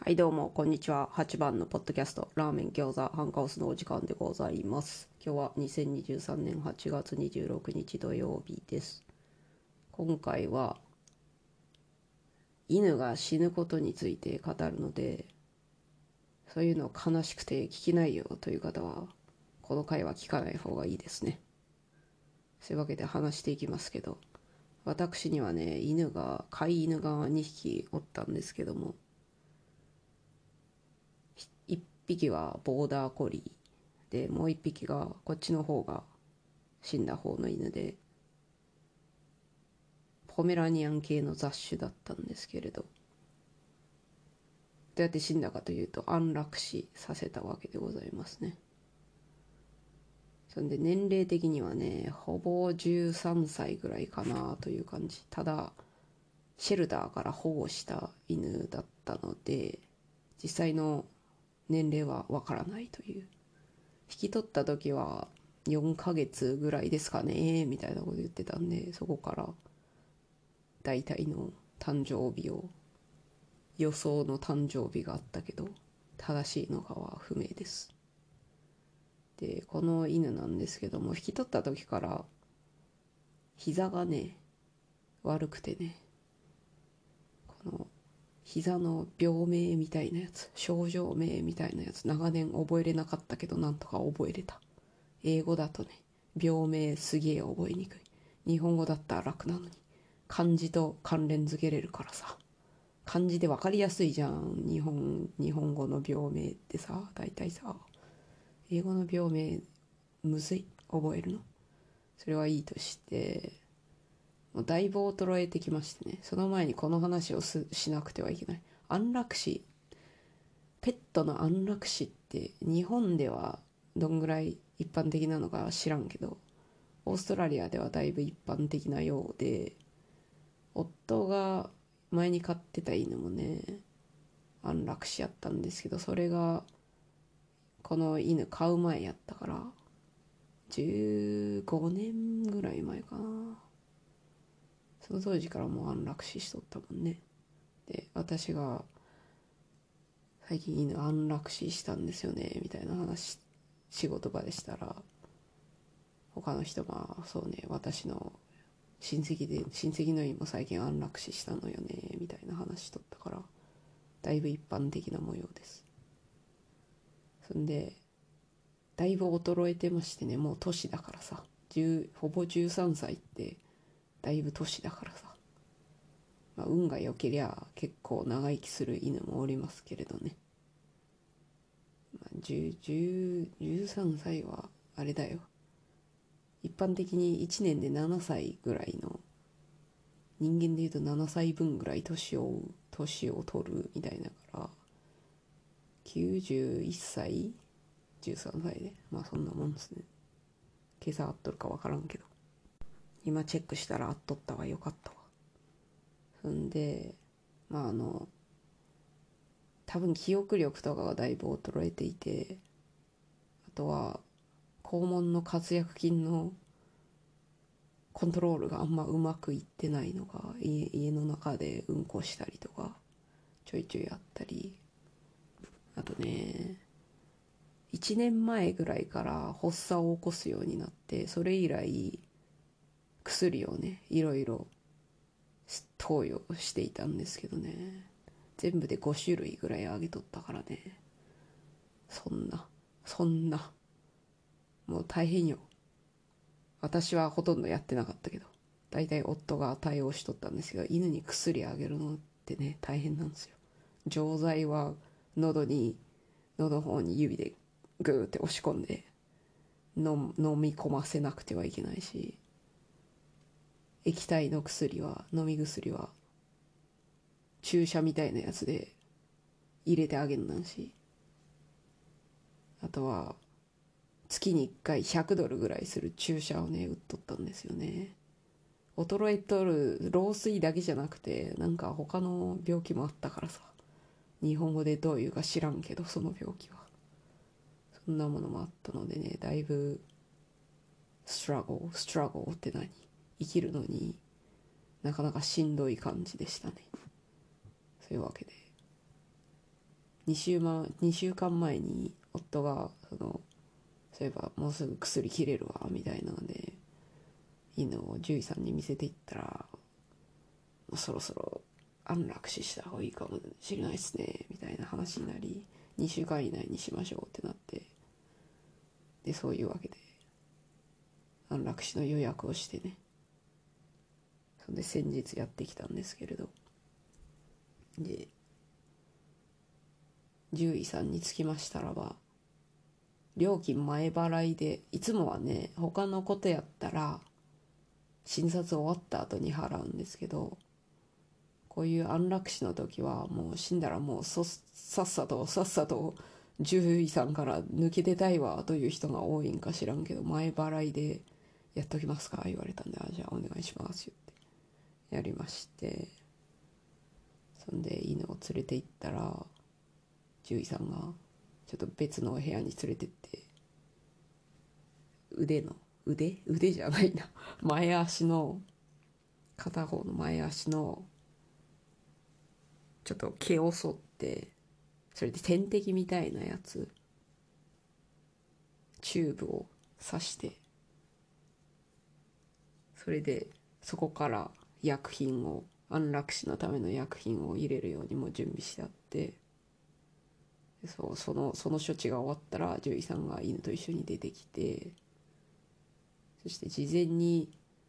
はいどうもこんにちは。8番のポッドキャストラーメン餃子ハンカオスのお時間でございます。今日は2023年8月26日土曜日です。今回は犬が死ぬことについて語るので、そういうの悲しくて聞きないよという方はこの回は聞かない方がいいですね。そういうわけで話していきますけど、私にはね、飼い犬が2匹おったんですけども、1匹はボーダーコリーで、もう1匹がこっちの方が死んだ方の犬で、ポメラニアン系の雑種だったんですけれど、どうやって死んだかというと安楽死させたわけでございますね。そんで年齢的にはね、ほぼ13歳ぐらいかなという感じ。ただシェルターから保護した犬だったので、実際の年齢はわからないという。引き取った時は4ヶ月ぐらいですかねみたいなこと言ってたんで、そこから大体の誕生日を、予想の誕生日があったけど正しいのかは不明です。でこの犬なんですけども、引き取った時から膝がね悪くてね、この膝の病名みたいなやつ、症状名みたいなやつ、長年覚えれなかったけどなんとか覚えれた。英語だとね、病名すげえ覚えにくい。日本語だったら楽なのに、漢字と関連づけれるからさ、漢字で分かりやすいじゃん。日本語の病名ってさ、大体さ、英語の病名むずい、覚えるの。それはいいとして、もうだいぶ衰えてきましてね、その前にこの話をしなくてはいけない。安楽死、ペットの安楽死って日本ではどんぐらい一般的なのか知らんけど、オーストラリアではだいぶ一般的なようで、夫が前に飼ってた犬もね安楽死やったんですけど、それがこの犬飼う前やったから15年ぐらい前かな。その当時からもう安楽死しとったもんね。で、私が最近犬安楽死したんですよねみたいな話、仕事場でしたら、他の人がそうね、私の親戚の犬も最近安楽死したのよねみたいな話しとったから、だいぶ一般的な模様です。そんでだいぶ衰えてましてね、もう年だからさ、ほぼ13歳ってだいぶ年だからさ、まあ、運が良けりゃ結構長生きする犬もおりますけれどね、まあ、13歳はあれだよ、一般的に1年で7歳ぐらいの、人間でいうと7歳分ぐらい年を取るみたいだから、91歳13歳で、まあそんなもんですね。今朝合っとるか分からんけど、今チェックしたら合っとったわ、よかったわ。そんで、まあ多分記憶力とかがだいぶ衰えていて、あとは肛門の括約筋のコントロールがあんまうまくいってないのが、家の中でうんこしたりとかちょいちょいあったり、あとね、1年前ぐらいから発作を起こすようになって、それ以来薬をねいろいろ投与していたんですけどね、全部で5種類ぐらいあげとったからね、そんなもう大変よ。私はほとんどやってなかったけど、大体夫が対応しとったんですけど、犬に薬あげるのってね大変なんですよ。錠剤は喉の方に指でグーって押し込んで飲み込ませなくてはいけないし、液体の飲み薬は注射みたいなやつで入れてあげんなんし、あとは月に1回$100ぐらいする注射をね打っとったんですよね。衰えとる老衰だけじゃなくて、なんか他の病気もあったからさ、日本語でどういうか知らんけど、その病気はそんなものもあったのでね、だいぶストラゴって何、生きるのになかなかしんどい感じでしたね。そういうわけで 2週間前に夫がそういえばもうすぐ薬切れるわみたいなので犬を獣医さんに見せていったら、もうそろそろ安楽死した方がいいかもしれないですねみたいな話になり、2週間以内にしましょうってなって、でそういうわけで安楽死の予約をしてね、そんで先日やってきたんですけれど、で獣医さんにつきましたらば、料金前払いで、いつもはね他のことやったら診察終わった後に払うんですけど、こういう安楽死の時はもう死んだらもうさっさと獣医さんから抜け出たいわという人が多いんか知らんけど、前払いでやっときますか言われたんで、じゃあお願いします言ってやりまして、そんで犬を連れて行ったら獣医さんがちょっと別のお部屋に連れてって、腕じゃないな前足の片方の前足のちょっと毛を剃って、それで点滴みたいなやつチューブを刺して、それでそこから安楽死のための薬品を入れるようにも準備してあって、その処置が終わったら獣医さんが犬と一緒に出てきて、そして事前に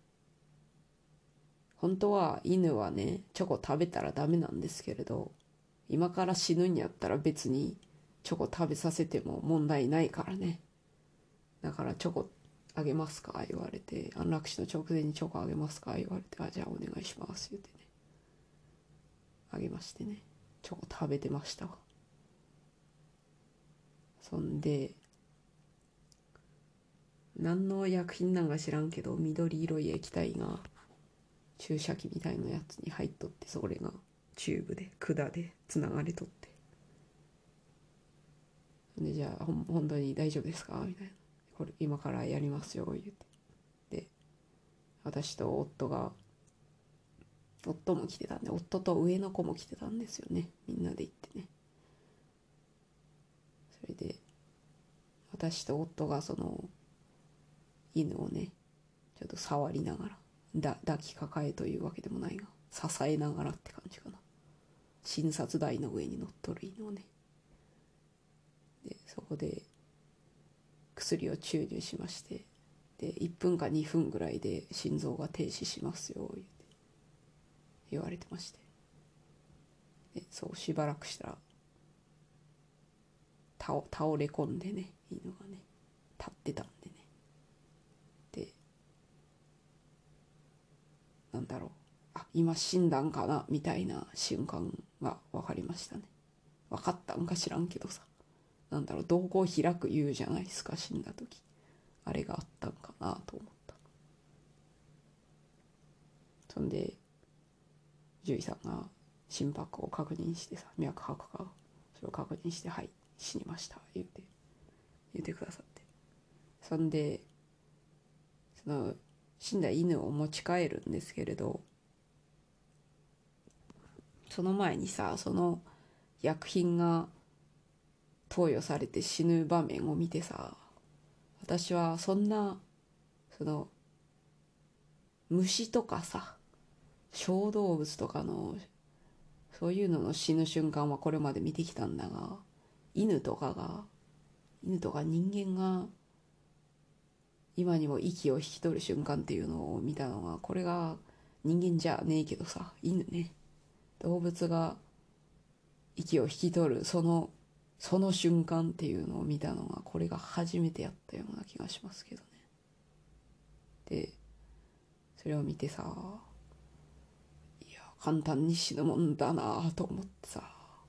本当は犬はねチョコ食べたらダメなんですけれど、今から死ぬんやったら別にチョコ食べさせても問題ないからね、だからチョコあげますか言われて、安楽死の直前にチョコあげますか言われて、じゃあお願いします言ってね、あげましてね、チョコ食べてましたわ。そんで何の薬品なんか知らんけど、緑色い液体が注射器みたいなやつに入っとって、それがチューブで管でつながれとって、でじゃあ本当に大丈夫ですかみたいな、これ今からやりますよ言って、で私と夫も来てたんで、夫と上の子も来てたんですよね、みんなで行ってね。それで私と夫がその犬をねちょっと触りながら、抱きかかえというわけでもないが支えながらって感じかな、診察台の上に乗っとる犬をね。でそこで薬を注入しまして、で1分か2分ぐらいで心臓が停止しますよ言われてまして、でそうしばらくしたら倒れ込んでね、犬がね立ってたんでね、でなんだろう、今死んだんかなみたいな瞬間が分かりましたね。分かったんか知らんけどさ、なんだろう、瞳孔開く言うじゃないですか、死んだ時。あれがあったんかなと思った。そんで獣医さんが心拍を確認してさ、脈拍かそれを確認して、はい死にました言ってくださって、そんでその死んだ犬を持ち帰るんですけれど、その前にさ、その薬品が投与されて死ぬ場面を見てさ、私はそんなその虫とかさ小動物とかのそういうのの死ぬ瞬間はこれまで見てきたんだが、犬とか人間が今にも息を引き取る瞬間っていうのを見たのが、これが人間じゃねえけどさ、犬ね、動物が息を引き取るその瞬間っていうのを見たのが、これが初めてやったような気がしますけどね。でそれを見てさ、いや簡単に死ぬもんだなと思ってさ、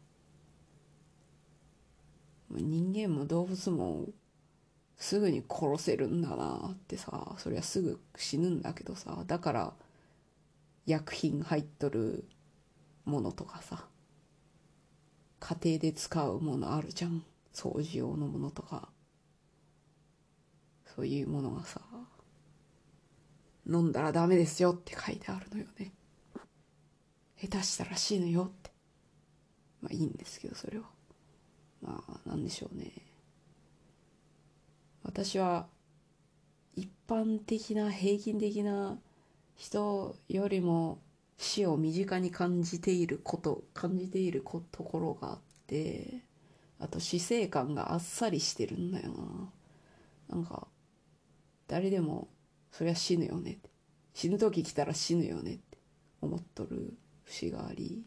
人間も動物もすぐに殺せるんだなってさ、そりゃすぐ死ぬんだけどさ、だから薬品入っとるものとかさ、家庭で使うものあるじゃん、掃除用のものとか、そういうものがさ、飲んだらダメですよって書いてあるのよね。下手したら死ぬよって。まあいいんですけど、それはなんでしょうね。私は一般的な平均的な人よりも死を身近に感じているところがあって、あと死生観があっさりしてるんだよな。なんか誰でもそりゃ死ぬよねって、死ぬ時来たら死ぬよねって思っとる節があり、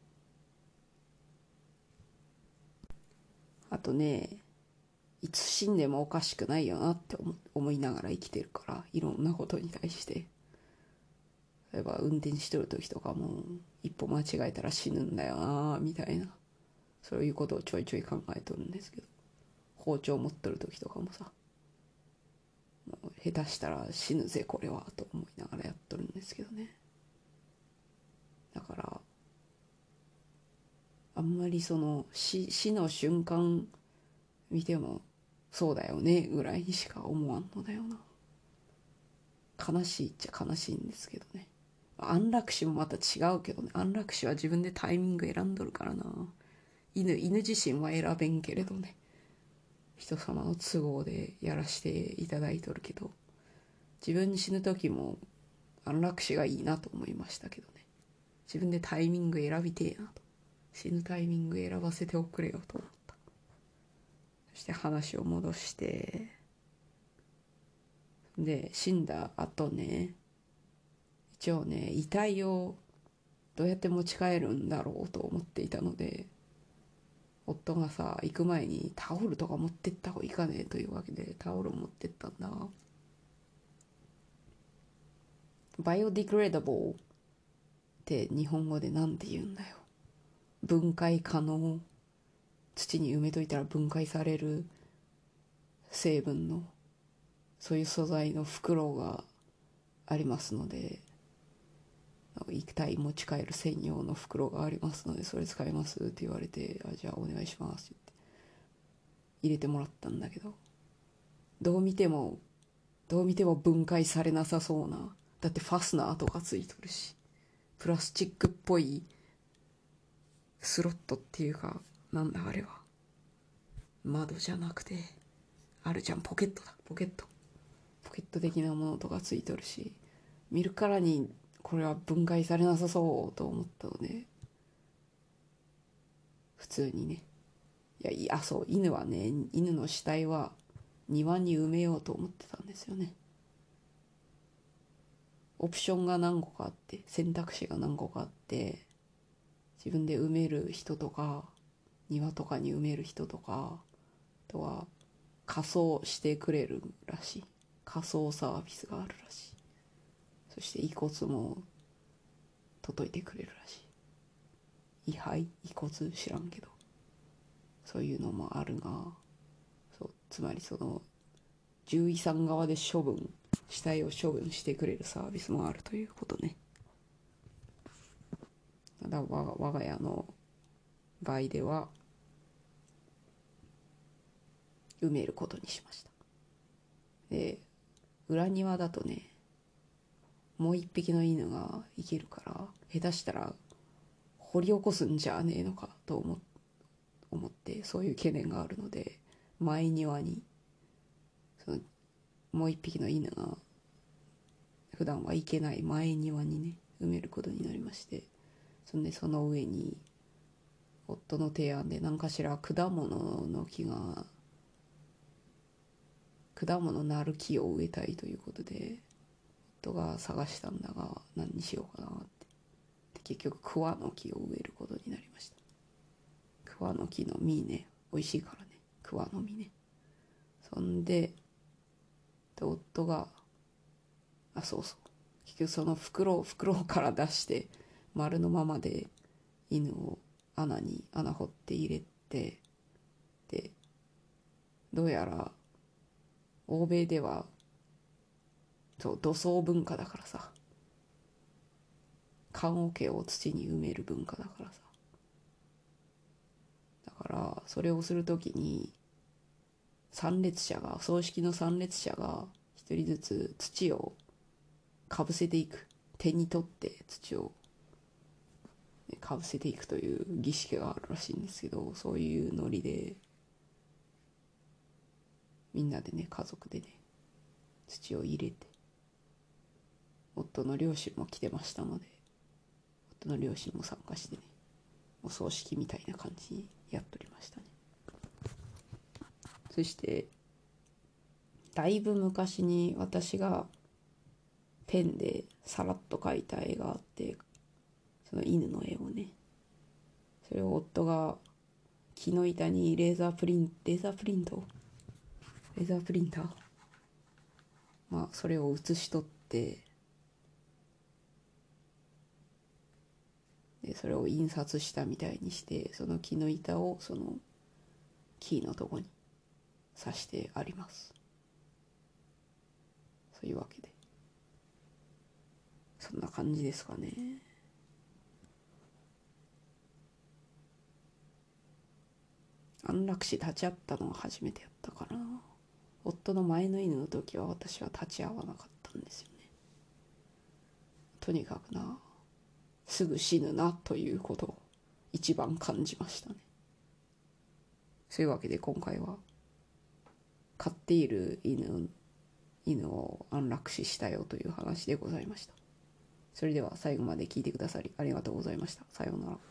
あとね、いつ死んでもおかしくないよなって思いながら生きてるから、いろんなことに対して。例えば運転しとる時とかも、一歩間違えたら死ぬんだよなみたいな、そういうことをちょいちょい考えとるんですけど、包丁持っとる時とかもさ、もう下手したら死ぬぜこれはと思いながらやっとるんですけどね。だからあんまりその死の瞬間見てもそうだよねぐらいにしか思わんのだよな。悲しいっちゃ悲しいんですけどね。安楽死もまた違うけどね。安楽死は自分でタイミング選んどるからな。犬自身は選べんけれどね、人様の都合でやらしていただいとるけど、自分に死ぬ時も安楽死がいいなと思いましたけどね。自分でタイミング選びてえなと、死ぬタイミング選ばせておくれよと思った。そして話を戻して、で死んだ後ね、一応ね、遺体をどうやって持ち帰るんだろうと思っていたので、夫がさ、行く前にタオルとか持ってった方がいいかねというわけでタオルを持ってったんだ。バイオディグレーダブルって日本語でなんて言うんだよ。分解可能、土に埋めといたら分解される成分の、そういう素材の袋がありますので、液体持ち帰る専用の袋がありますので、それ使いますって言われて、じゃあお願いしますって入れてもらったんだけど、どう見ても分解されなさそうな、だってファスナーとかついとるし、プラスチックっぽいスロットっていうか、なんだあれは、窓じゃなくてあるじゃん、ポケットだ、ポケット的なものとかついとるし、見るからにこれは分解されなさそうと思ったので、普通にね、そう、犬はね、犬の死体は庭に埋めようと思ってたんですよね。オプションが何個かあって、選択肢が何個かあって、自分で埋める人とか、庭とかに埋める人とか、あとは仮装してくれるらしい、仮装サービスがあるらしい。そして遺骨も届いてくれるらしい。遺骨知らんけど、そういうのもあるが、そう、つまりその獣医さん側で死体を処分してくれるサービスもあるということね。だ我が家の場合では埋めることにしました。で、裏庭だとね、もう一匹の犬が生きるから、下手したら掘り起こすんじゃねえのかと思って、そういう懸念があるので、前庭にそのもう一匹の犬が普段は行けない前庭にね、埋めることになりまして、その上に夫の提案で何かしら果物なる木を植えたいということで、夫が探したんだが何にしようかなって、で結局桑の木を植えることになりました。桑の木の実ね、美味しいからね、桑の実ね。そんで夫がそうそう、結局その袋から出して丸のままで犬を穴掘って入れて、でどうやら欧米ではそう土葬文化だからさ、棺桶を土に埋める文化だからさ、だからそれをするときに葬式の参列者が一人ずつ土をかぶせていく、手に取って土をかぶせていくという儀式があるらしいんですけど、そういうノリでみんなでね、家族でね、土を入れて、夫の両親も来てましたので、夫の両親も参加してね、お葬式みたいな感じにやっておりましたね。そしてだいぶ昔に私がペンでさらっと描いた絵があって、その犬の絵をね、それを夫が木の板にレーザープリンター、まあそれを写し取って、でそれを印刷したみたいにして、その木の板をそのキーのとこに刺してあります。そういうわけで、そんな感じですかね。安楽死立ち会ったのは初めてやったかな。夫の前の犬の時は私は立ち会わなかったんですよね。とにかくな、すぐ死ぬなということを一番感じましたね。そういうわけで今回は飼っている犬を安楽死したよという話でございました。それでは最後まで聞いてくださりありがとうございました。さようなら。